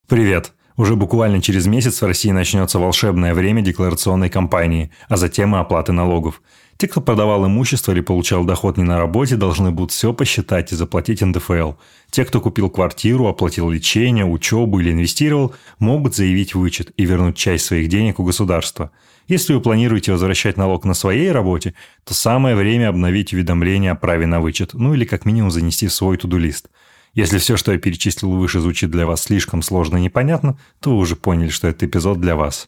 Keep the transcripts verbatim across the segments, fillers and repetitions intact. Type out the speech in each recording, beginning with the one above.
Привет! Уже буквально через месяц в России начнется волшебное время декларационной кампании, а затем и оплаты налогов. Те, кто продавал имущество или получал доход не на работе, должны будут все посчитать и заплатить эн дэ эф эл. Те, кто купил квартиру, оплатил лечение, учебу или инвестировал, могут заявить вычет и вернуть часть своих денег у государства. Если вы планируете возвращать налог на своей работе, то самое время обновить уведомление о праве на вычет, ну или как минимум занести в свой ту-ду-лист. Если все, что я перечислил выше, звучит для вас слишком сложно и непонятно, то вы уже поняли, что этот эпизод для вас.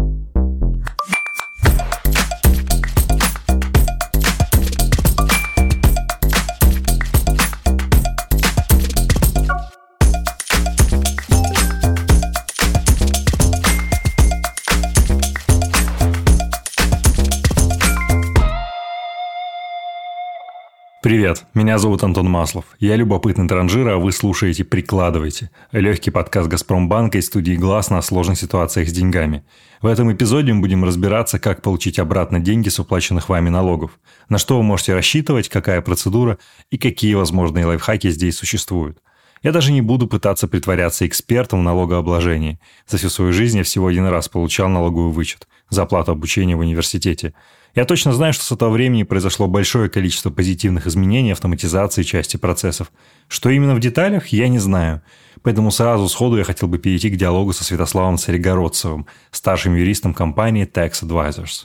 Привет, меня зовут Антон Маслов. Я любопытный транжир, а вы слушаете «Прикладывайте» – легкий подкаст «Газпромбанка» и студии «Гласно» о сложных ситуациях с деньгами. В этом эпизоде мы будем разбираться, как получить обратно деньги с уплаченных вами налогов, на что вы можете рассчитывать, какая процедура и какие возможные лайфхаки здесь существуют. Я даже не буду пытаться притворяться экспертом в налогообложении. За всю свою жизнь я всего один раз получал налоговый вычет за оплату обучения в университете. Я точно знаю, что с этого времени произошло большое количество позитивных изменений, автоматизации части процессов. Что именно в деталях, я не знаю. Поэтому сразу сходу я хотел бы перейти к диалогу со Святославом Царегородцевым, старшим юристом компании Tax Advisors.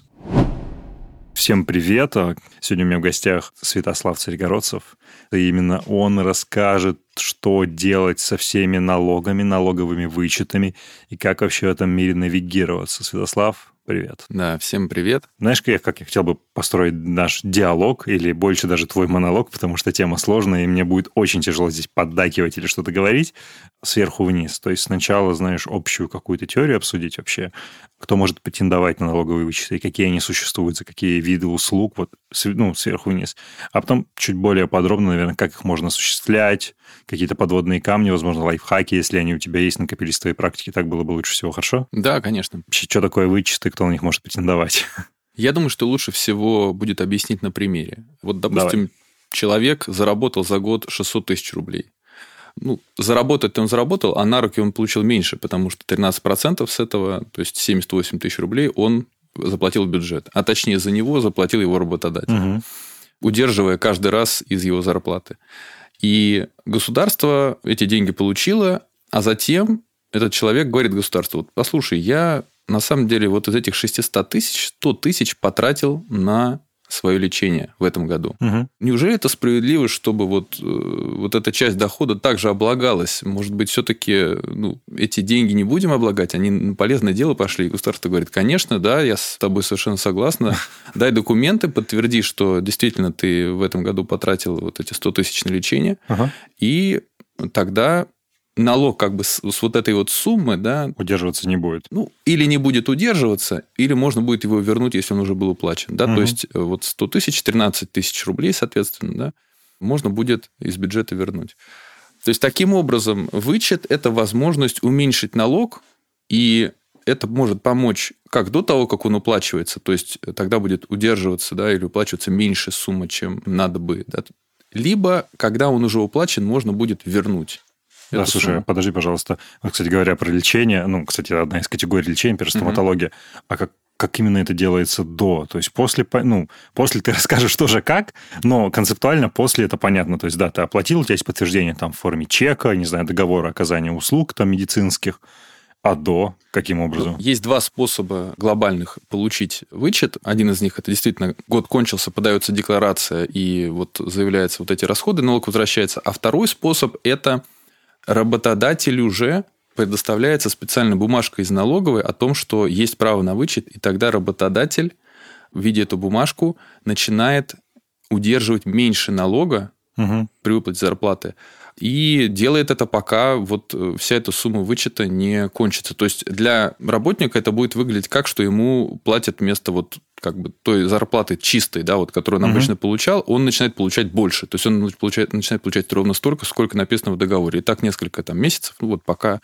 Всем привет! Сегодня у меня в гостях Святослав Царегородцев. И именно он расскажет, что делать со всеми налогами, налоговыми вычетами и как вообще в этом мире навигироваться. Святослав, привет. Да, всем привет. Знаешь, как я, как я хотел бы построить наш диалог или больше даже твой монолог, потому что тема сложная, и мне будет очень тяжело здесь поддакивать или что-то говорить сверху вниз. То есть сначала, знаешь, общую какую-то теорию обсудить вообще, кто может претендовать на налоговые вычеты, и какие они существуют, за какие виды услуг, вот, ну, сверху вниз. А потом чуть более подробно, наверное, как их можно осуществлять, какие-то подводные камни, возможно, лайфхаки, если они у тебя есть, накопились в твоей практике, так было бы лучше всего, хорошо? Да, конечно. Вообще, что такое вычеты, кто на них может претендовать? Я думаю, что лучше всего будет объяснить на примере. Вот, допустим, Давай. Человек заработал за год шестьсот тысяч рублей. Ну, заработать-то он заработал, а на руки он получил меньше, потому что тринадцать процентов с этого, то есть семьдесят восемь тысяч рублей, он заплатил в бюджет. А точнее, за него заплатил его работодатель, угу. удерживая каждый раз из его зарплаты. И государство эти деньги получило, а затем этот человек говорит государству: вот, послушай, я на самом деле вот из этих шестьсот тысяч, сто тысяч потратил на свое лечение в этом году. Угу. Неужели это справедливо, чтобы вот, вот эта часть дохода также облагалась? Может быть, все-таки ну, эти деньги не будем облагать, они на полезное дело пошли? И государство говорит: конечно, да, я с тобой совершенно согласна. Дай документы, подтверди, что действительно ты в этом году потратил вот эти сто тысяч на лечение. Ага. И тогда налог как бы с, с вот этой вот суммы, да, удерживаться не будет. Ну, или не будет удерживаться, или можно будет его вернуть, если он уже был уплачен. Да? Угу. То есть, вот сто тысяч, тринадцать тысяч рублей, соответственно, да, можно будет из бюджета вернуть. То есть, таким образом, вычет – это возможность уменьшить налог, и это может помочь как до того, как он уплачивается, то есть, тогда будет удерживаться, да, или уплачиваться меньше сумма, чем надо бы. Да? Либо, когда он уже уплачен, можно будет вернуть. Да, слушай, сумма. Подожди, пожалуйста. Вот, кстати говоря, про лечение, ну, кстати, одна из категорий лечения, перистоматология. Угу. А как, как именно это делается до? То есть, после, ну, после ты расскажешь тоже как, но концептуально после это понятно. То есть, да, ты оплатил, у тебя есть подтверждение там в форме чека, не знаю, договора оказания услуг там медицинских. А до каким образом? Есть два способа глобальных получить вычет. Один из них – это действительно год кончился, подается декларация, и вот заявляются вот эти расходы, налог возвращается. А второй способ – это работодателю уже предоставляется специальная бумажка из налоговой о том, что есть право на вычет, и тогда работодатель, видя эту бумажку, начинает удерживать меньше налога угу. при выплате зарплаты, и делает это, пока вот вся эта сумма вычета не кончится. То есть, для работника это будет выглядеть как, что ему платят вместо вот как бы той зарплаты чистой, да, вот, которую он угу. обычно получал, он начинает получать больше. То есть, он получает, начинает получать ровно столько, сколько написано в договоре. И так несколько там, месяцев, ну, вот пока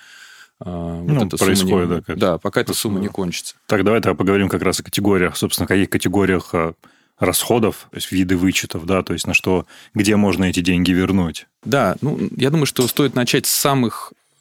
а, вот ну, эта происходит, сумма не, да, да, пока эта сумма не кончится. Так, давай тогда поговорим как раз о категориях. Собственно, в каких категориях расходов, то есть виды вычетов, да, то есть на что, где можно эти деньги вернуть. Да, ну, я думаю, что стоит начать с самых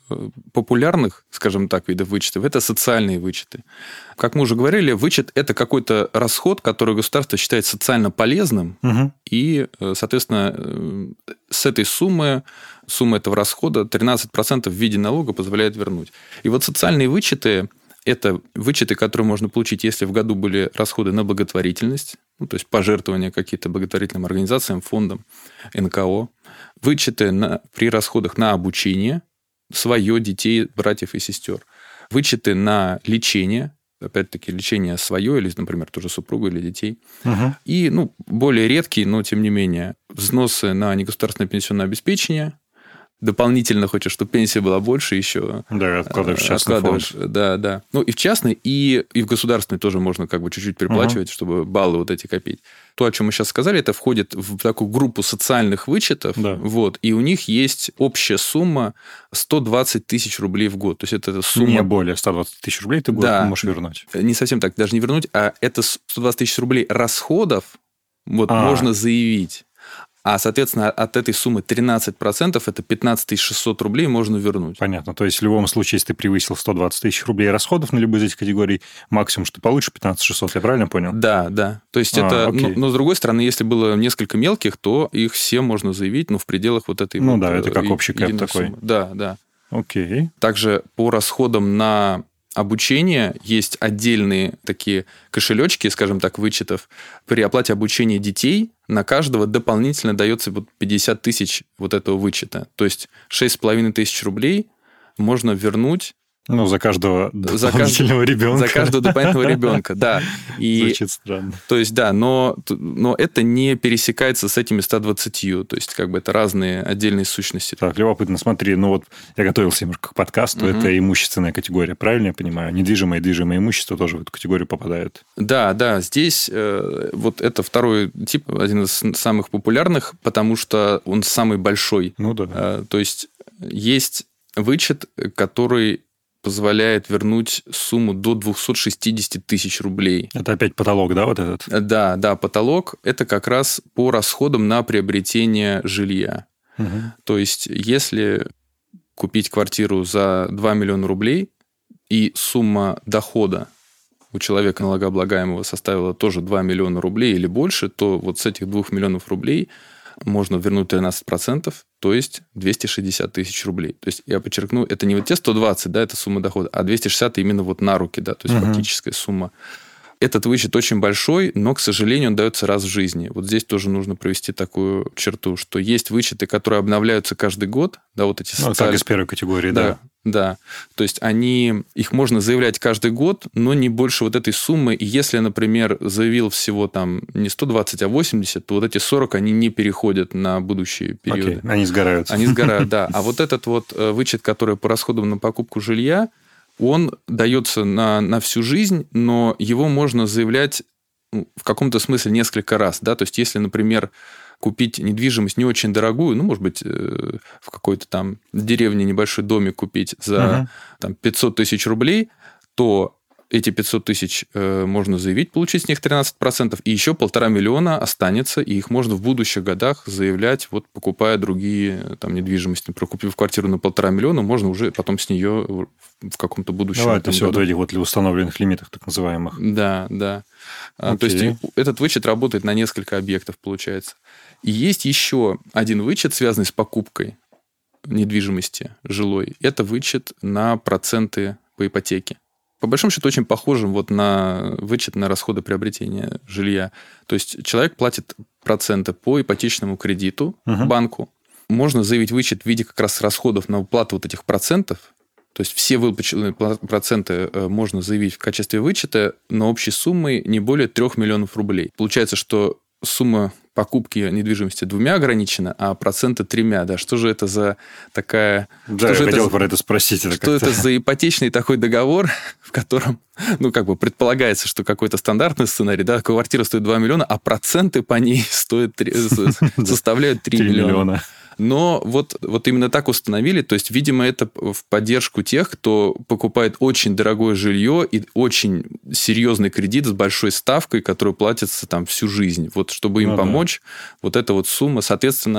популярных, скажем так, видов вычетов – это социальные вычеты. Как мы уже говорили, вычет – это какой-то расход, который государство считает социально полезным, угу. и, соответственно, с этой суммы, сумма этого расхода тринадцать процентов в виде налога позволяет вернуть. И вот социальные вычеты – это вычеты, которые можно получить, если в году были расходы на благотворительность, ну, то есть пожертвования какие-то благотворительным организациям, фондам, эн ка о, вычеты на, при расходах на обучение, свое, детей, братьев и сестер, вычеты на лечение, опять-таки лечение свое, или, например, тоже супругу или детей, угу. и ну, более редкие, но тем не менее, взносы на негосударственное пенсионное обеспечение. Дополнительно хочешь, чтобы пенсия была больше, еще да, откладываешь в частный фонд. Да, да. Ну, и в частный, и, и в государственный тоже можно как бы чуть-чуть переплачивать, угу. чтобы баллы вот эти копить. То, о чем мы сейчас сказали, это входит в такую группу социальных вычетов, да. вот, и у них есть общая сумма сто двадцать тысяч рублей в год. То есть, это сумма... Не более ста двадцати тысяч рублей ты да, можешь вернуть. Не совсем так, даже не вернуть, а это сто двадцать тысяч рублей расходов вот, а. можно заявить. А, соответственно, от этой суммы тринадцать процентов, это пятнадцать тысяч шестьсот рублей, можно вернуть. Понятно. То есть, в любом случае, если ты превысил сто двадцать тысяч рублей расходов на любую из этих категорий, максимум, что ты получишь, пятнадцать тысяч шестьсот. Я правильно понял? Да, да. То есть, а, это... Но, но, с другой стороны, если было несколько мелких, то их все можно заявить, ну, в пределах вот этой... Ну, вот, да, это как общий кэп такой. Суммы. Да, да. Окей. Также по расходам на... обучение, есть отдельные такие кошелечки, скажем так, вычетов. При оплате обучения детей на каждого дополнительно дается вот пятьдесят тысяч вот этого вычета. То есть шесть с половиной тысяч рублей можно вернуть. Ну, за каждого дополнительного за ребенка. За каждого дополнительного ребенка, да. И, звучит странно. То есть, да, но, но это не пересекается с этими ста двадцатью. То есть, как бы это разные отдельные сущности. Так, любопытно. Смотри, ну вот я готовился немножко к подкасту. Угу. Это имущественная категория, правильно я понимаю? Недвижимое и движимое имущество тоже в эту категорию попадают. Да, да. Здесь э, вот это второй тип, один из самых популярных, потому что он самый большой. Ну да. Э, то есть, есть вычет, который... позволяет вернуть сумму до двести шестьдесят тысяч рублей. Это опять потолок, да, вот этот? Да, да, потолок – это как раз по расходам на приобретение жилья. Угу. То есть, если купить квартиру за два миллиона рублей, и сумма дохода у человека налогооблагаемого составила тоже два миллиона рублей или больше, то вот с этих двух миллионов рублей можно вернуть тринадцать процентов, то есть двести шестьдесят тысяч рублей. То есть, я подчеркну, это не вот те сто двадцать, да, это сумма дохода, а двести шестьдесят именно вот на руки, да, то есть, угу. фактическая сумма. Этот вычет очень большой, но, к сожалению, он дается раз в жизни. Вот здесь тоже нужно провести такую черту, что есть вычеты, которые обновляются каждый год, да, вот эти социальные... Ну, так из первой категории, да. Да. Да, то есть они, их можно заявлять каждый год, но не больше вот этой суммы. И если, например, заявил всего там не сто двадцать, а восемьдесят, то вот эти сорок, они не переходят на будущие периоды. Окей, они сгорают. Они сгорают, да. А вот этот вот вычет, который по расходам на покупку жилья, он дается на, на всю жизнь, но его можно заявлять в каком-то смысле несколько раз. Да? То есть, если, например, купить недвижимость не очень дорогую, ну, может быть, в какой-то там деревне небольшой домик купить за uh-huh. там, пятьсот тысяч рублей, то эти пятьсот тысяч э, можно заявить, получить с них тринадцать процентов, и еще полтора миллиона останется, и их можно в будущих годах заявлять, вот покупая другие там, недвижимости. Например, купив квартиру на полтора миллиона, можно уже потом с нее в каком-то будущем... Давай, это все вот в этих вот установленных лимитах, так называемых. Да, да. Okay. То есть, этот вычет работает на несколько объектов, получается. И есть еще один вычет, связанный с покупкой недвижимости жилой. Это вычет на проценты по ипотеке. По большому счету, очень похожим вот на вычет на расходы приобретения жилья. То есть, человек платит проценты по ипотечному кредиту uh-huh. банку. Можно заявить вычет в виде как раз расходов на уплату вот этих процентов. То есть, все выплаченные проценты можно заявить в качестве вычета, но общей суммой не более трех миллионов рублей. Получается, что сумма покупки недвижимости двумя ограничена, а проценты тремя. Да, что же это за такая... Да, что я хотел это, про это спросить. Это что это за ипотечный такой договор, в котором, ну, как бы предполагается, что какой-то стандартный сценарий, да, квартира стоит два миллиона, а проценты по ней стоят, составляют три миллиона. Но вот, вот именно так установили. То есть, видимо, это в поддержку тех, кто покупает очень дорогое жилье и очень серьезный кредит с большой ставкой, который платится там всю жизнь. Вот чтобы им ну, помочь, да. вот эта вот сумма, соответственно,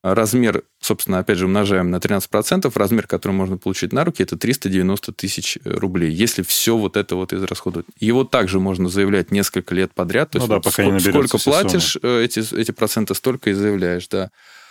размер, собственно, опять же, умножаем на тринадцать процентов, размер, который можно получить на руки, это триста девяносто тысяч рублей, если все вот это вот израсходовать. Его также можно заявлять несколько лет подряд, то ну есть да, вот пока сколько, сколько платишь суммы. эти, эти проценты, столько и заявляешь, да.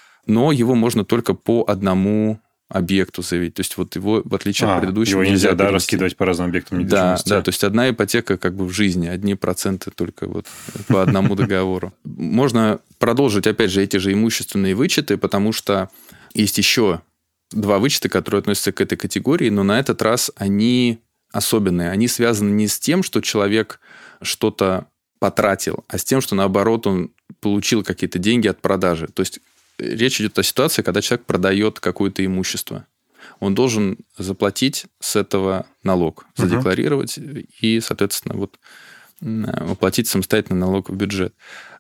Но его можно только по одному объекту заявить. То есть, вот его, в отличие а, от предыдущего, его нельзя, нельзя да, раскидывать по разным объектам недвижимости. Да, да, то есть, одна ипотека как бы в жизни, одни проценты только вот по одному договору. Можно продолжить, опять же, эти же имущественные вычеты, потому что есть еще два вычета, которые относятся к этой категории, но на этот раз они особенные. Они связаны не с тем, что человек что-то потратил, а с тем, что, наоборот, он получил какие-то деньги от продажи. То есть, речь идет о ситуации, когда человек продает какое-то имущество. Он должен заплатить с этого налог, задекларировать uh-huh. и, соответственно, вот, уплатить самостоятельно налог в бюджет.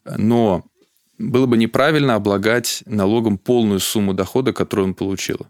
Но было бы неправильно облагать налогом полную сумму дохода, которую он получил.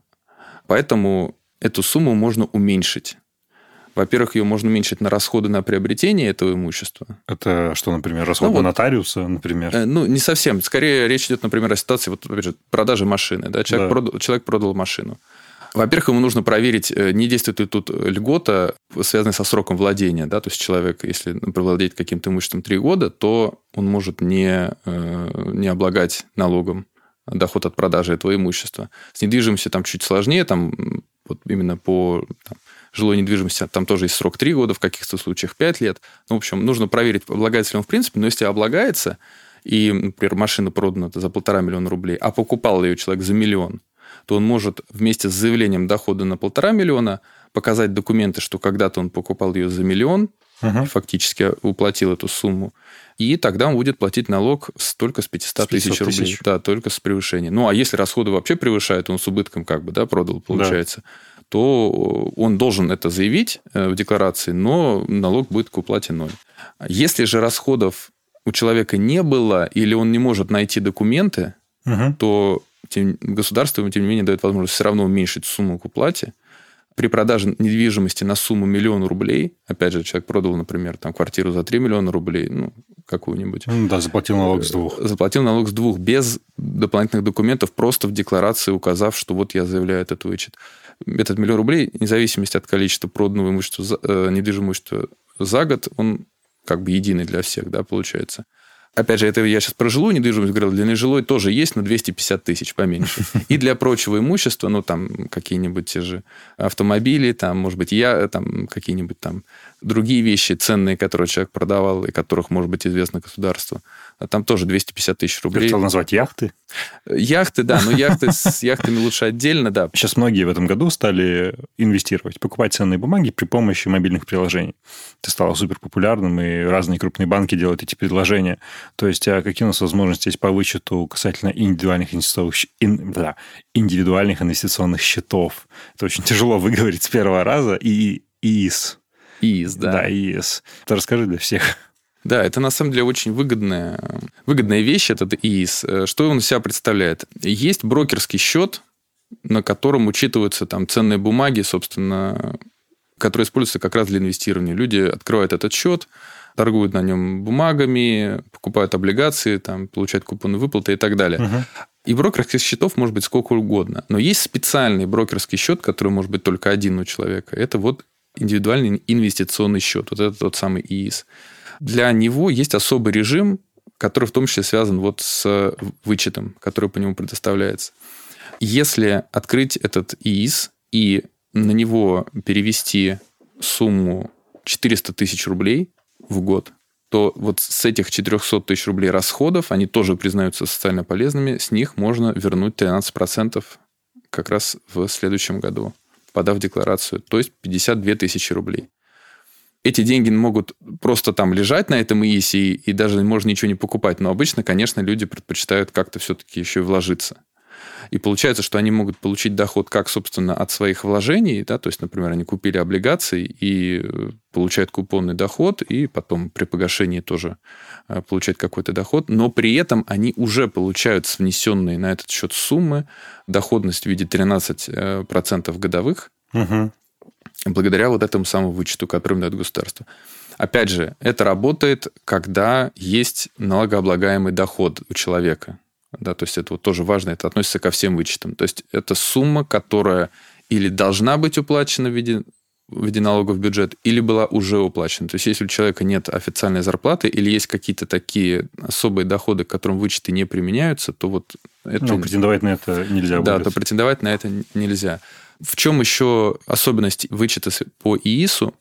Поэтому эту сумму можно уменьшить. Во-первых, ее можно уменьшить на расходы на приобретение этого имущества. Это что, например, расходы ну, вот, нотариуса, например? Э, ну, не совсем. Скорее, речь идет, например, о ситуации вот, опять же, продажи машины. Да? Человек, да. Продал, человек продал машину. Во-первых, ему нужно проверить, не действует ли тут льгота, связанная со сроком владения. Да? То есть, человек, если владеет каким-то имуществом три года, то он может не, не облагать налогом доход от продажи этого имущества. С недвижимостью там чуть сложнее, там, вот именно по... Там, жилой недвижимости, там тоже есть срок три года, в каких-то случаях пять лет. Ну, в общем, нужно проверить, облагается ли он в принципе, но если облагается, и, например, машина продана за полтора миллиона рублей, а покупал ее человек за миллион, то он может вместе с заявлением дохода на полтора миллиона показать документы, что когда-то он покупал ее за миллион, uh-huh. фактически уплатил эту сумму, и тогда он будет платить налог только с пятьсот тысяч рублей. Да, только с превышения. Ну, а если расходы вообще превышают, он с убытком как бы, да, продал, получается, да. то он должен это заявить в декларации, но налог будет к уплате ноль. Если же расходов у человека не было, или он не может найти документы, uh-huh. то тем, государство ему, тем не менее, дает возможность все равно уменьшить сумму к уплате. При продаже недвижимости на сумму миллион рублей, опять же, человек продал, например, там, квартиру за три миллиона рублей, ну, какую-нибудь. Ну, да, заплатил налог с двух. Заплатил налог с двух, без дополнительных документов, просто в декларации указав, что вот я заявляю этот вычет. Этот миллион рублей, вне зависимости от количества проданного имущества, недвижимого имущества за год, он как бы единый для всех, да, получается. Опять же, это я сейчас про жилую недвижимость говорил, для нежилой тоже есть, но двести пятьдесят тысяч поменьше. И для прочего имущества, ну, там, какие-нибудь те же автомобили, там, может быть, я, там, какие-нибудь там другие вещи ценные, которые человек продавал, и которых, может быть, известно государству, там тоже двести пятьдесят тысяч рублей. Ты хотел назвать яхты? Яхты, да, но яхты с яхтами лучше отдельно, да. Сейчас многие в этом году стали инвестировать, покупать ценные бумаги при помощи мобильных приложений. Это стало суперпопулярным, и разные крупные банки делают эти предложения. То есть, а какие у нас возможности есть по вычету касательно индивидуальных инвестиционных, ин, да, индивидуальных инвестиционных счетов? Это очень тяжело выговорить с первого раза. И ИИС. ИИС, да. Да, ИИС. Это расскажи для всех. Да, это на самом деле очень выгодная, выгодная вещь, этот ИИС. Что он из себя представляет? Есть брокерский счет, на котором учитываются там ценные бумаги, собственно, которые используются как раз для инвестирования. Люди открывают этот счет, торгуют на нем бумагами, покупают облигации, там, получают купоны выплаты и так далее. Uh-huh. И брокерских счетов может быть сколько угодно. Но есть специальный брокерский счет, который может быть только один у человека. Это вот индивидуальный инвестиционный счет. Вот это тот самый ИИС. Для него есть особый режим, который в том числе связан вот с вычетом, который по нему предоставляется. Если открыть этот ИИС и на него перевести сумму четыреста тысяч рублей в год, то вот с этих четыреста тысяч рублей расходов, они тоже признаются социально полезными, с них можно вернуть тринадцать процентов как раз в следующем году, подав декларацию, то есть пятьдесят две тысячи рублей. Эти деньги могут просто там лежать на этом ИИСе, и, и даже можно ничего не покупать. Но обычно, конечно, люди предпочитают как-то все-таки еще и вложиться. И получается, что они могут получить доход как, собственно, от своих вложений. Да, то есть, например, они купили облигации и получают купонный доход, и потом при погашении тоже получают какой-то доход. Но при этом они уже получают с внесенной на этот счет суммы доходность в виде тринадцать процентов годовых. Угу. Благодаря вот этому самому вычету, который им дает государство. Опять же, это работает, когда есть налогооблагаемый доход у человека. Да, то есть это вот тоже важно, это относится ко всем вычетам. То есть это сумма, которая или должна быть уплачена в виде, в виде налога в бюджет, или была уже уплачена. То есть если у человека нет официальной зарплаты или есть какие-то такие особые доходы, к которым вычеты не применяются, то вот это... Ну, претендовать на это нельзя будет. Да, то претендовать на это нельзя. В чем еще особенность вычета по ИИСу?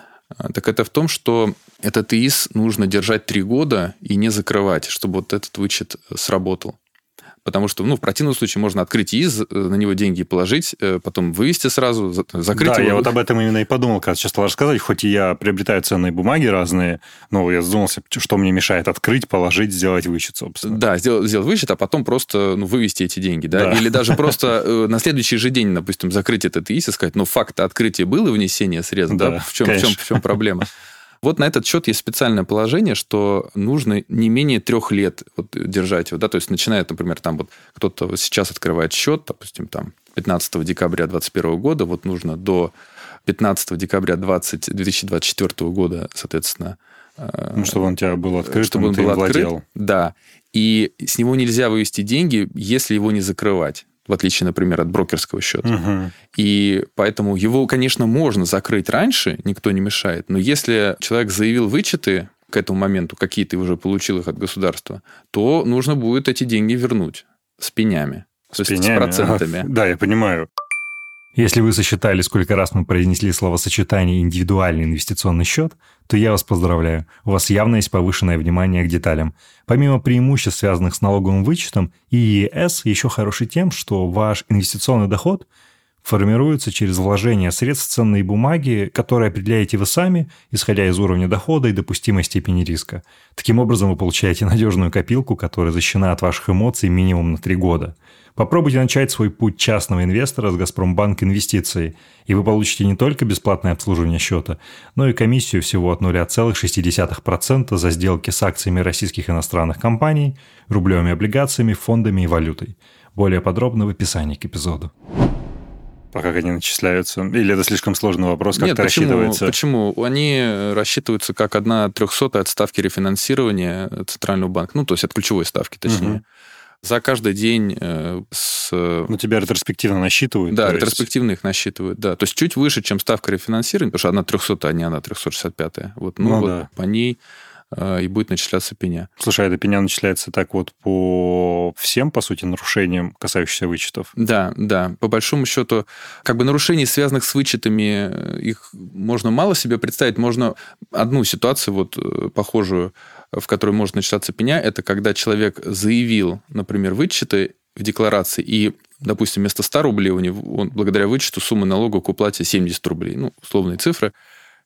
Так это в том, что этот ИИС нужно держать три года и не закрывать, чтобы вот этот вычет сработал. Потому что, ну, в противном случае можно открыть ИИС, на него деньги положить, потом вывести сразу, закрыть да, его. я вот об этом именно и подумал, когда сейчас стал рассказывать. Хоть и я приобретаю ценные бумаги разные, но я задумался, что мне мешает открыть, положить, сделать вычет, собственно. Да, сделать, сделать вычет, а потом просто ну, вывести эти деньги. Да? Да. Или даже просто на следующий же день, допустим, закрыть этот ИИС и сказать, ну, факт открытия было, внесение средств, да, да? В, чем, в, чем, в чем проблема? Вот на этот счет есть специальное положение, что нужно не менее трех лет вот, держать его. Да? То есть, начинает, например, там вот кто-то сейчас открывает счет, допустим, там пятнадцатого декабря двадцать первого года, вот нужно до пятнадцатого декабря две тысячи двадцать четвёртого года, соответственно... Ну, чтобы он у тебя был открыт, чтобы он ты был им владел. Открыт, да. И с него нельзя вывести деньги, если его не закрывать. В отличие, например, от брокерского счета. Угу. И поэтому его, конечно, можно закрыть раньше, никто не мешает. Но если человек заявил вычеты к этому моменту, какие-то уже получил их от государства, то нужно будет эти деньги вернуть с пенями. С то пенями? есть с процентами. А, да, я понимаю. Если вы сосчитали, сколько раз мы произнесли словосочетание «индивидуальный инвестиционный счет», то я вас поздравляю. У вас явно есть повышенное внимание к деталям. Помимо преимуществ, связанных с налоговым вычетом, ИИС еще хороший тем, что ваш инвестиционный доход формируется через вложение средств в ценные бумаги, которые определяете вы сами, исходя из уровня дохода и допустимой степени риска. Таким образом, вы получаете надежную копилку, которая защищена от ваших эмоций минимум на три года. Попробуйте начать свой путь частного инвестора с «Газпромбанк Инвестиции», и вы получите не только бесплатное обслуживание счета, но и комиссию всего от ноль целых шесть десятых процента за сделки с акциями российских иностранных компаний, рублевыми облигациями, фондами и валютой. Более подробно в описании к эпизоду. А как они начисляются? Или это слишком сложный вопрос, как Нет, это почему? рассчитывается? Почему? Они рассчитываются как одна трехсотая от ставки рефинансирования Центрального банка, ну, то есть от ключевой ставки, точнее. Угу. За каждый день с... Ну, тебя ретроспективно насчитывают? Да, есть... ретроспективно их насчитывают, да. То есть чуть выше, чем ставка рефинансирования, потому что одна трехсотая, а не одна трехсот шестьдесят пятая. Вот, ну, ну вот да. По ней и будет начисляться пеня. Слушай, а эта пеня начисляется так вот по всем, по сути, нарушениям, касающимся вычетов? Да, да. По большому счету, как бы нарушений, связанных с вычетами, их можно мало себе представить. Можно одну ситуацию вот похожую, в которой может начисляться пеня, это когда человек заявил, например, вычеты в декларации, и, допустим, вместо ста рублей у него, он, благодаря вычету суммы налога к уплате семьдесят рублей, ну, условные цифры,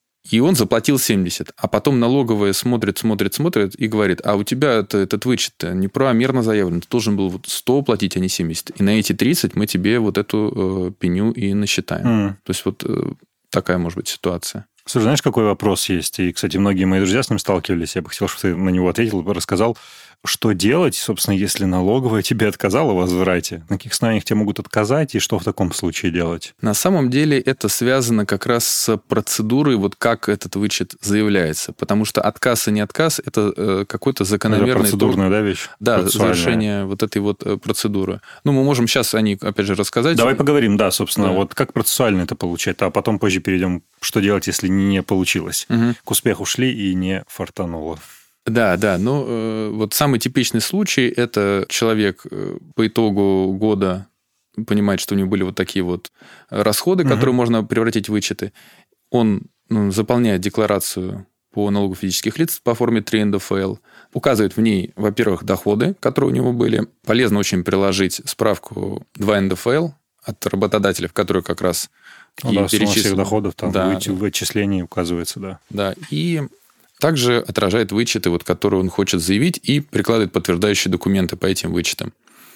и он заплатил семьдесят, а потом налоговая смотрит, смотрит, смотрит и говорит, а у тебя это, этот вычет неправомерно заявлен, ты должен был вот сто платить, а не семьдесят, и на эти тридцать мы тебе вот эту э, пеню и насчитаем. Mm. То есть вот э, такая может быть ситуация. Слушай, знаешь, какой вопрос есть? И, кстати, многие мои друзья с ним сталкивались. Я бы хотел, чтобы ты на него ответил, рассказал, что делать, собственно, если налоговая тебе отказала в возврате? На каких основаниях тебе могут отказать, и что в таком случае делать? На самом деле это связано как раз с процедурой, вот как этот вычет заявляется. Потому что отказ и не отказ – это какой-то закономерный... Это процедурная, да, вещь? Да, завершение вот этой вот процедуры. Ну, мы можем сейчас о ней, опять же, рассказать. Давай поговорим, да, собственно, да. Вот как процессуально это получать, а потом позже перейдем, что делать, если не получилось. Угу. К успеху шли и не фартануло. Да, да. Ну, э, вот самый типичный случай – это человек по итогу года понимает, что у него были вот такие вот расходы, угу. которые можно превратить в вычеты. Он ну, заполняет декларацию по налогу физических лиц по форме три эн дэ эф эл, указывает в ней, во-первых, доходы, которые у него были. Полезно очень приложить справку два эн дэ эф эл от работодателя, в которой как раз ну, и да, перечислен... всех доходов там да. в отчислении указывается, да. Да, и... Также отражает вычеты, вот, которые он хочет заявить, и прикладывает подтверждающие документы по этим вычетам.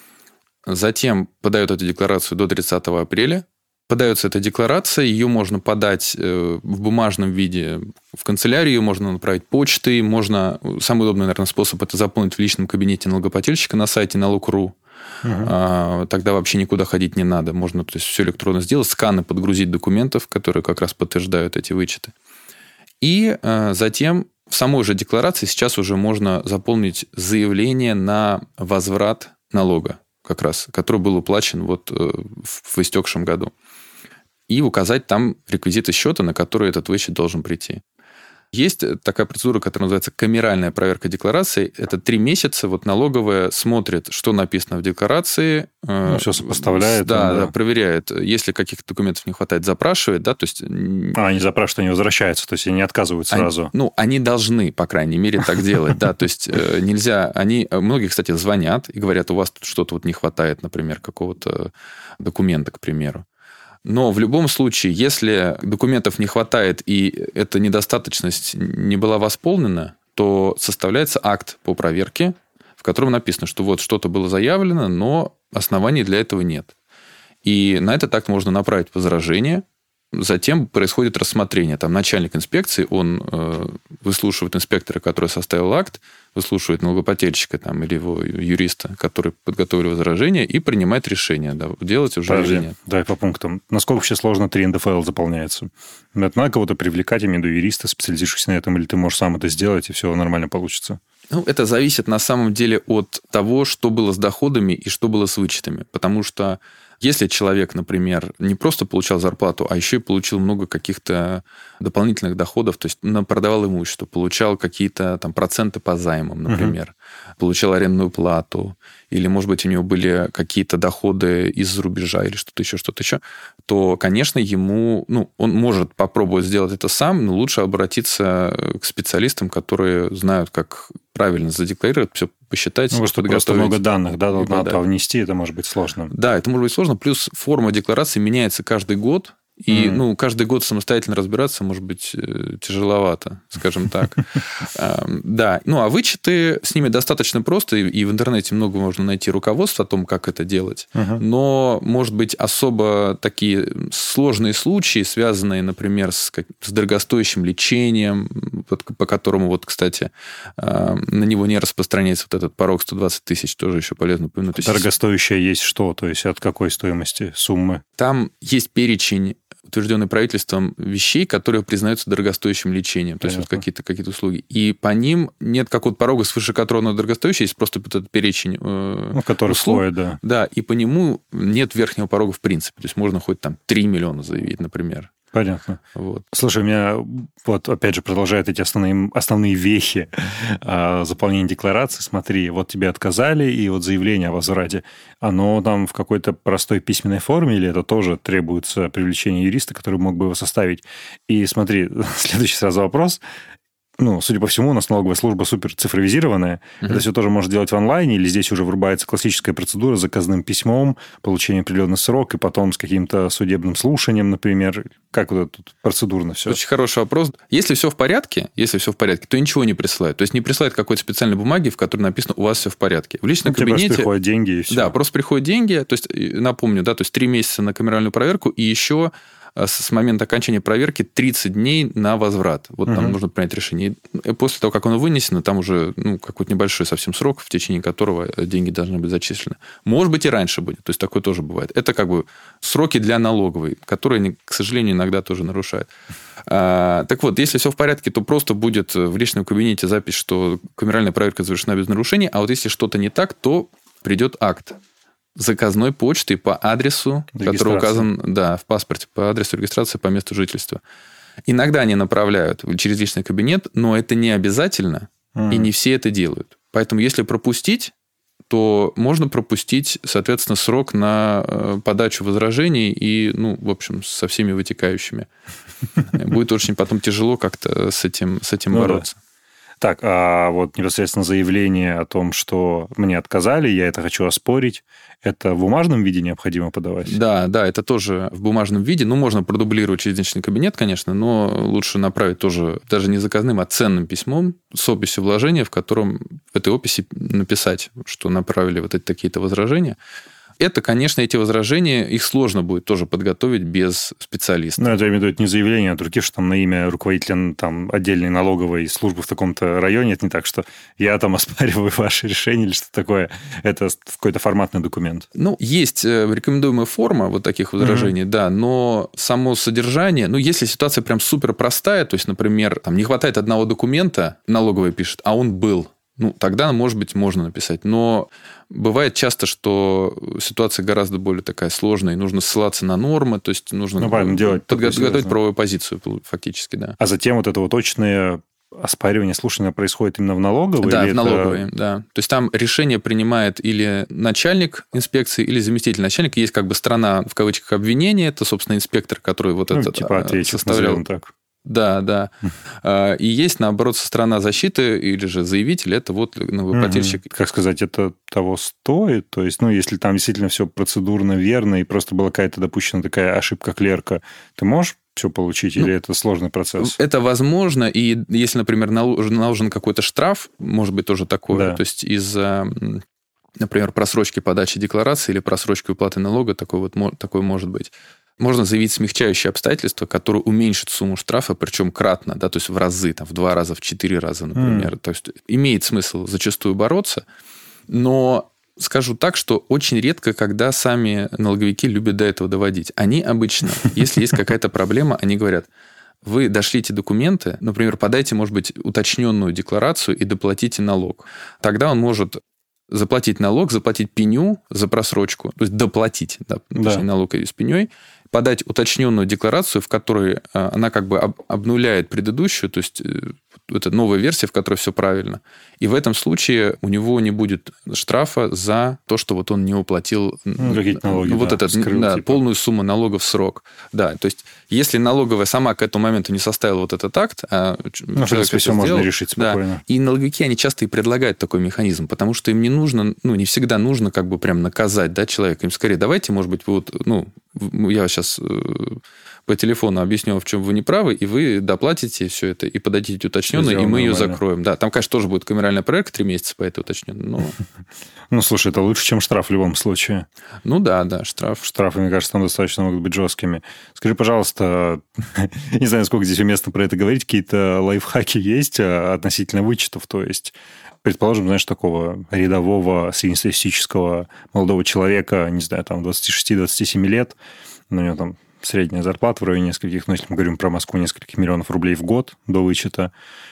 Затем подает эту декларацию до тридцатого апреля. Подается эта декларация, ее можно подать в бумажном виде в канцелярию, ее можно направить почтой, можно... Самый удобный, наверное, способ – это заполнить в личном кабинете налогоплательщика на сайте налог точка ру. Угу. Тогда вообще никуда ходить не надо. Можно то есть, все электронно сделать, сканы подгрузить документов, которые как раз подтверждают эти вычеты. И э, затем в самой же декларации сейчас уже можно заполнить заявление на возврат налога, как раз, который был уплачен вот в истекшем году. И указать там реквизиты счета, на которые этот вычет должен прийти. Есть такая процедура, которая называется камеральная проверка декларации. Это три месяца вот налоговая смотрит, что написано в декларации. Ну, все сопоставляет. Да, он, да, проверяет. Если каких-то документов не хватает, запрашивает. Да, то есть... А, они запрашивают, они возвращаются, то есть они не отказывают сразу. Они, ну, они должны, по крайней мере, так делать. Да, то есть нельзя... Они, многие, кстати, звонят и говорят, у вас тут что-то вот не хватает, например, какого-то документа, к примеру. Но в любом случае, если документов не хватает и эта недостаточность не была восполнена, то составляется акт по проверке, в котором написано, что вот что-то было заявлено, но оснований для этого нет. И на этот акт можно направить возражение. Затем происходит рассмотрение. Там начальник инспекции, он э, выслушивает инспектора, который составил акт, выслушивает налогоплательщика там, или его юриста, который подготовил возражение, и принимает решение, да, делать уже Подожди, или нет. Давай по пунктам. Насколько вообще сложно три эн дэ эф эл заполняется? Это надо кого-то привлекать, имею в виду юриста, специализирующегося на этом, или ты можешь сам это сделать, и все нормально получится? Ну, это зависит на самом деле от того, что было с доходами и что было с вычетами. Потому что если человек, например, не просто получал зарплату, а еще и получил много каких-то дополнительных доходов, то есть продавал имущество, получал какие-то там проценты по займам, например, uh-huh. получал арендную плату, или, может быть, у него были какие-то доходы из-за рубежа или что-то еще, что-то еще, то, конечно, ему, ну, он может попробовать сделать это сам, но лучше обратиться к специалистам, которые знают, как правильно задекларировать, все посчитать, ну, что просто много данных, да, надо да. внести, это может быть сложно. Да, это может быть сложно, плюс форма декларации меняется каждый год, и, mm. ну, каждый год самостоятельно разбираться, может быть, тяжеловато, скажем так. Да, ну, а вычеты, с ними достаточно просто, и в интернете много можно найти руководство о том, как это делать, но, может быть, особо такие сложные случаи, связанные, например, с дорогостоящим лечением, по которому, вот, кстати, на него не распространяется вот этот порог сто двадцать тысяч, тоже еще полезно упомянуть. Дорогостоящее есть что? То есть от какой стоимости, суммы? Там есть перечень, утвержденный правительством, вещей, которые признаются дорогостоящим лечением. То Понятно. есть вот какие-то, какие-то услуги. И по ним нет какого-то порога, свыше которого оно дорогостоящее, есть просто этот перечень э, ну, который услуг. Входит, да. Да, и по нему нет верхнего порога в принципе. То есть можно хоть там три миллиона заявить, например. Понятно. Вот. Слушай, у меня вот опять же продолжают эти основные, основные вехи а, заполнения декларации. Смотри, вот тебе отказали, и вот заявление о возврате, оно там в какой-то простой письменной форме, или это тоже требуется привлечение юриста, который мог бы его составить? И смотри, следующий сразу вопрос. Ну, судя по всему, у нас налоговая служба супер цифровизированная. Uh-huh. Это все тоже можно делать в онлайне, или здесь уже врубается классическая процедура с заказным письмом, получение определенный срок, и потом с каким-то судебным слушанием, например. Как вот это тут процедурно все? Очень хороший вопрос. Если все в порядке, если все в порядке, то ничего не присылают. То есть не присылают какой-то специальной бумаги, в которой написано «у вас все в порядке». В личном ну, кабинете... Просто приходят деньги, и все. Да, просто приходят деньги. То есть, напомню, да, то есть три месяца на камеральную проверку, и еще... с момента окончания проверки тридцать дней на возврат. Вот uh-huh. там нужно принять решение. И после того, как оно вынесено, там уже ну, какой-то небольшой совсем срок, в течение которого деньги должны быть зачислены. Может быть, и раньше будет. То есть, такое тоже бывает. Это как бы сроки для налоговой, которые, к сожалению, иногда тоже нарушают. А, так вот, если все в порядке, то просто будет в личном кабинете запись, что камеральная проверка завершена без нарушений, а вот если что-то не так, то придет акт заказной почтой по адресу, который указан да, в паспорте, по адресу регистрации по месту жительства. Иногда они направляют через личный кабинет, но это не обязательно, mm. и не все это делают. Поэтому, если пропустить, то можно пропустить, соответственно, срок на подачу возражений и, ну, в общем, со всеми вытекающими. Будет очень потом тяжело как-то с этим, с этим бороться. Так, а вот непосредственно заявление о том, что мне отказали, я это хочу оспорить, это в бумажном виде необходимо подавать? Да, да, это тоже в бумажном виде. Ну, можно продублировать через личный кабинет, конечно, но лучше направить тоже даже не заказным, а ценным письмом с описью вложения, в котором в этой описи написать, что направили вот эти такие-то возражения. Это, конечно, эти возражения, их сложно будет тоже подготовить без специалиста. Ну, это, я имею в виду, это не заявление, а другие, что там на имя руководителя там, отдельной налоговой службы в таком-то районе. Это не так, что я там оспариваю ваши решения или что-то такое. Это какой-то форматный документ. Ну, есть рекомендуемая форма вот таких возражений, mm-hmm. да, но само содержание, ну, если ситуация прям супер простая, то есть, например, там не хватает одного документа, налоговая пишет, а он был. Ну, тогда, может быть, можно написать. Но бывает часто, что ситуация гораздо более такая сложная, и нужно ссылаться на нормы, то есть нужно ну, правильно, делать подготовить правовую позицию фактически, да. А затем вот это вот точное оспаривание слушания происходит именно в налоговой? Да, или в налоговой, это... да. То есть там решение принимает или начальник инспекции, или заместитель начальника. Есть как бы сторона, в кавычках, обвинения, это, собственно, инспектор, который вот ну, этот типа ответчик, составлял. Так. Да, да. И есть, наоборот, сторона защиты или же заявитель, это вот налогоплательщик. Как сказать, это того стоит? То есть, ну, если там действительно все процедурно верно, и просто была какая-то допущена такая ошибка клерка, ты можешь все получить, ну, или это сложный процесс? Это возможно, и если, например, наложен какой-то штраф, может быть, тоже такое, да. то есть из-за, например, просрочки подачи декларации или просрочки уплаты налога, такое, вот, такое может быть. Можно заявить смягчающие обстоятельства, которые уменьшат сумму штрафа, причем кратно, да, то есть в разы, там, в два раза, в четыре раза, например. Mm. То есть имеет смысл зачастую бороться, но скажу так, что очень редко, когда сами налоговики любят до этого доводить. Они обычно, если есть какая-то проблема, они говорят: вы дошлите документы, например, подайте, может быть, уточненную декларацию и доплатите налог. Тогда он может заплатить налог, заплатить пеню за просрочку, то есть доплатить, да, да. налог с пеней, подать уточненную декларацию, в которой она как бы обнуляет предыдущую, то есть это новая версия, в которой все правильно. И в этом случае у него не будет штрафа за то, что вот он не уплатил ну, налоги, вот да, этот, скрыл, да, типа. полную сумму налогов в срок. Да, то есть если налоговая сама к этому моменту не составила вот этот акт, а ну, человек все сделал, можно решить спокойно. Да, и налоговики, они часто и предлагают такой механизм, потому что им не нужно, ну, не всегда нужно как бы прям наказать, да, человека. Им скорее, давайте, может быть, вы вот, ну, я сейчас по телефону объясню, в чем вы не правы, и вы доплатите все это и подадите уточненно, и мы ее закроем. Да, там, конечно, тоже будет камеральная проверка три месяца по этой уточненной. Но... Ну, слушай, это лучше, чем штраф в любом случае. Ну, да, да, штраф. Штрафы, мне кажется, там достаточно могут быть жесткими. Скажи, пожалуйста, не знаю, сколько здесь уместно про это говорить, какие-то лайфхаки есть относительно вычетов, то есть... Предположим, знаешь, такого рядового среднестатистического молодого человека, не знаю, там, двадцать шесть - двадцать семь лет, у него там средняя зарплата в районе нескольких, ну, если мы говорим про Москву, нескольких миллионов рублей в год до вычета.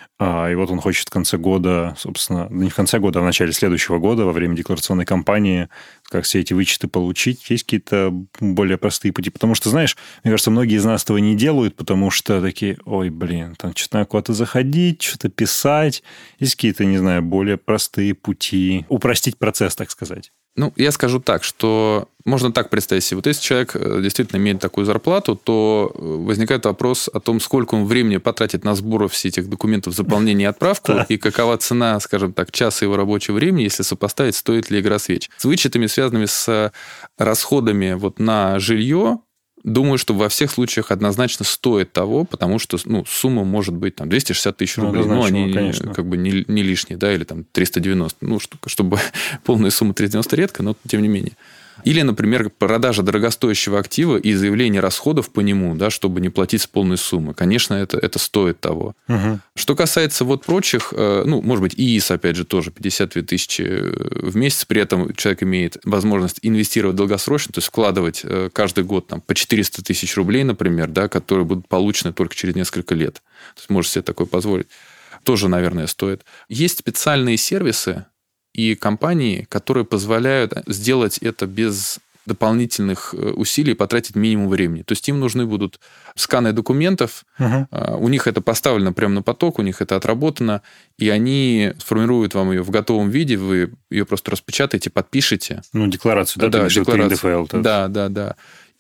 И вот он хочет в конце года, собственно, не в конце года, а в начале следующего года, во время декларационной кампании, как все эти вычеты получить. Есть какие-то более простые пути? Потому что, знаешь, мне кажется, многие из нас этого не делают, потому что такие: ой, блин, там что-то надо куда-то заходить, что-то писать. Есть какие-то, не знаю, более простые пути упростить процесс, так сказать? Ну, я скажу так, что можно так представить себе. Вот если человек действительно имеет такую зарплату, то возникает вопрос о том, сколько он времени потратит на сбор всех этих документов, заполнение и отправку, и какова цена, скажем так, часа его рабочего времени, если сопоставить, стоит ли игра свеч. С вычетами, связанными с расходами вот на жилье, думаю, что во всех случаях однозначно стоит того, потому что, ну, сумма может быть там двести шестьдесят тысяч рублей. Ну, они, конечно, как бы не, не лишние, да, или там триста девяносто. Ну, чтобы полная сумма триста девяносто редко, но тем не менее. Или, например, продажа дорогостоящего актива и заявление расходов по нему, да, чтобы не платить с полной суммы. Конечно, это, это стоит того. Угу. Что касается вот прочих, ну, может быть, ИИС, опять же, тоже пятьдесят две тысячи в месяц, при этом человек имеет возможность инвестировать долгосрочно, то есть вкладывать каждый год там, по четыреста тысяч рублей, например, да, которые будут получены только через несколько лет. То есть, может себе такое позволить. Тоже, наверное, стоит. Есть специальные сервисы и компании, которые позволяют сделать это без дополнительных усилий, потратить минимум времени. То есть им нужны будут сканы документов, угу. У них это поставлено прямо на поток, у них это отработано, и они сформируют вам ее в готовом виде, вы ее просто распечатаете, подпишете. Ну, декларацию, да? Да, ты декларацию. Да, да, да.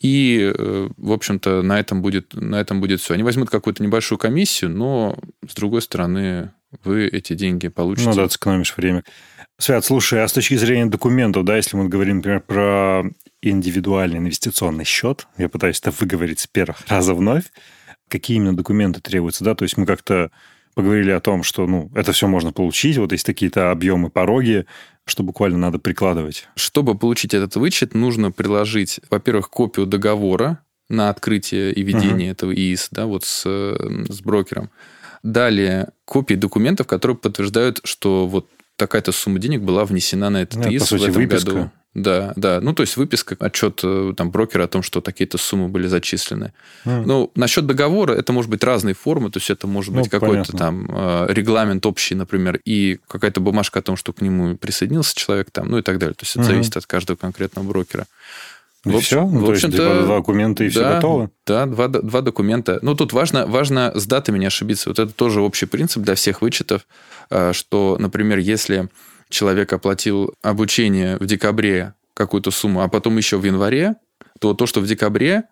И, в общем-то, на этом будет, на этом будет все. Они возьмут какую-то небольшую комиссию, но, с другой стороны, вы эти деньги получите. Ну да, ты сэкономишь время. Свят, слушай, а с точки зрения документов, да, если мы говорим, например, про индивидуальный инвестиционный счет, я пытаюсь это выговорить с первого раза вновь, какие именно документы требуются, да, то есть мы как-то поговорили о том, что, ну, это все можно получить, вот есть какие-то объемы, пороги, что буквально надо прикладывать. Чтобы получить этот вычет, нужно приложить, во-первых, копию договора на открытие и ведение uh-huh. этого ИИС, да, вот с, с брокером. Далее, копии документов, которые подтверждают, что вот такая-то сумма денег была внесена на этот ну, ИИС по сути, в этом выписка. году. Да, да. Ну, то есть выписка, отчет там, брокера о том, что такие-то суммы были зачислены. Mm. Ну, насчет договора, это может быть разные формы, то есть это может быть ну, какой-то понятно. там регламент общий, например, и какая-то бумажка о том, что к нему присоединился человек, там, ну и так далее. То есть это mm-hmm. зависит от каждого конкретного брокера. И в, все? Ну, в то есть два документа и да, все готово? Да, два, два документа. Ну, тут важно, важно с датами не ошибиться. Вот это тоже общий принцип для всех вычетов, что, например, если человек оплатил обучение в декабре какую-то сумму, а потом еще в январе, то то, что в декабре,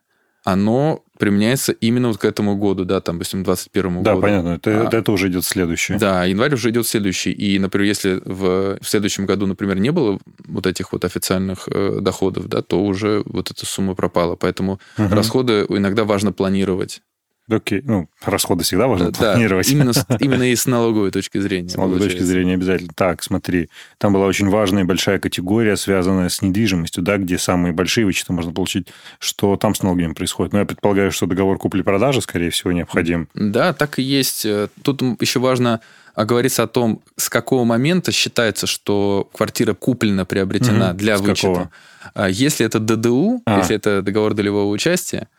оно применяется именно вот к этому году, да, там, допустим, двадцать первому да, году. Да, понятно, это, а, это уже идет следующий. Да, январь уже идет следующий. И, например, если в, в следующем году, например, не было вот этих вот официальных э, доходов, да, то уже вот эта сумма пропала. Поэтому угу. расходы иногда важно планировать. Окей, ну, расходы всегда важно да, планировать. Именно, именно и с налоговой точки зрения. С налоговой точки зрения обязательно. Так, смотри, там была очень важная и большая категория, связанная с недвижимостью, да, где самые большие вычеты можно получить. Что там с налогами происходит? Ну, я предполагаю, что договор купли-продажи, скорее всего, необходим. Да, так и есть. Тут еще важно оговориться о том, с какого момента считается, что квартира куплена, приобретена угу. для с вычета. Какого? Если это ДДУ, а. если это договор долевого участия,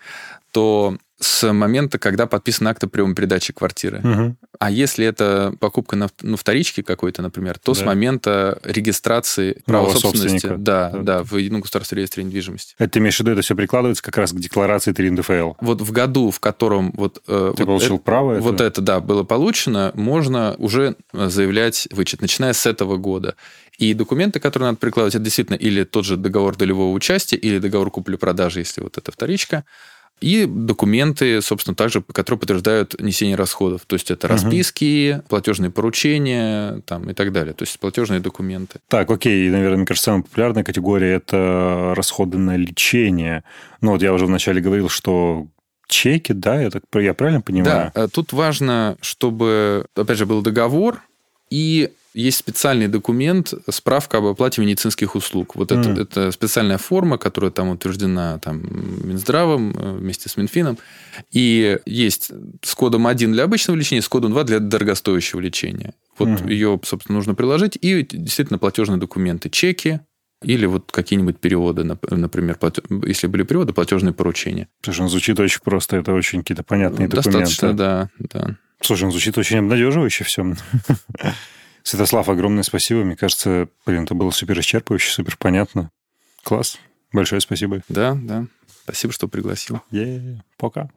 то с момента, когда подписан акт о приеме передачи квартиры. Угу. А если это покупка на ну, вторичке какой-то, например, то да. с момента регистрации права собственности да, да. Да, в едином государственном реестре недвижимости. Это ты имеешь в виду, это все прикладывается как раз к декларации три эн дэ эф эл? Вот в году, в котором... Вот, ты вот получил это, право? Это? Вот это, да, было получено, можно уже заявлять вычет, начиная с этого года. И документы, которые надо прикладывать, это действительно или тот же договор долевого участия, или договор купли-продажи, если вот это вторичка, и документы, собственно, также, которые подтверждают несение расходов. То есть это расписки, угу. платежные поручения там, и так далее. То есть платежные документы. Так, окей. Наверное, мне кажется, самая популярная категория – это расходы на лечение. Ну, вот я уже вначале говорил, что чеки, да, я, так, я правильно понимаю? Да, тут важно, чтобы, опять же, был договор, и есть специальный документ, справка об оплате медицинских услуг. Вот mm. это, это специальная форма, которая там утверждена там, Минздравом вместе с Минфином. И есть с кодом один для обычного лечения, с кодом два для дорогостоящего лечения. Вот mm. ее, собственно, нужно приложить. И действительно платежные документы, чеки или вот какие-нибудь переводы, например, если были переводы, платежные поручения. Слушай, он звучит очень просто, это очень какие-то понятные Достаточно, документы. Достаточно, да, да. Слушай, он звучит очень обнадеживающе все. Святослав, огромное спасибо. Мне кажется, блин, это было супер исчерпывающе, супер понятно. Класс. Большое спасибо. Да, да. Спасибо, что пригласил. Е-е-е. Пока.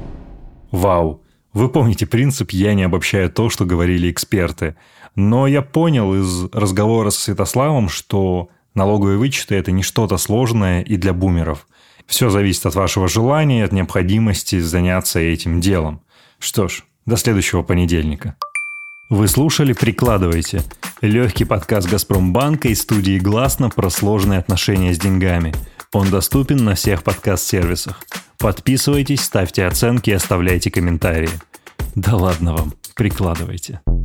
Вау. Вы помните принцип «я не обобщаю то, что говорили эксперты». Но я понял из разговора со Святославом, что налоговые вычеты – это не что-то сложное и для бумеров. Все зависит от вашего желания, от необходимости заняться этим делом. Что ж, до следующего понедельника. Вы слушали «Прикладывайте» – легкий подкаст «Газпромбанка» из студии «Гласно» про сложные отношения с деньгами. Он доступен на всех подкаст-сервисах. Подписывайтесь, ставьте оценки и оставляйте комментарии. Да ладно вам, прикладывайте.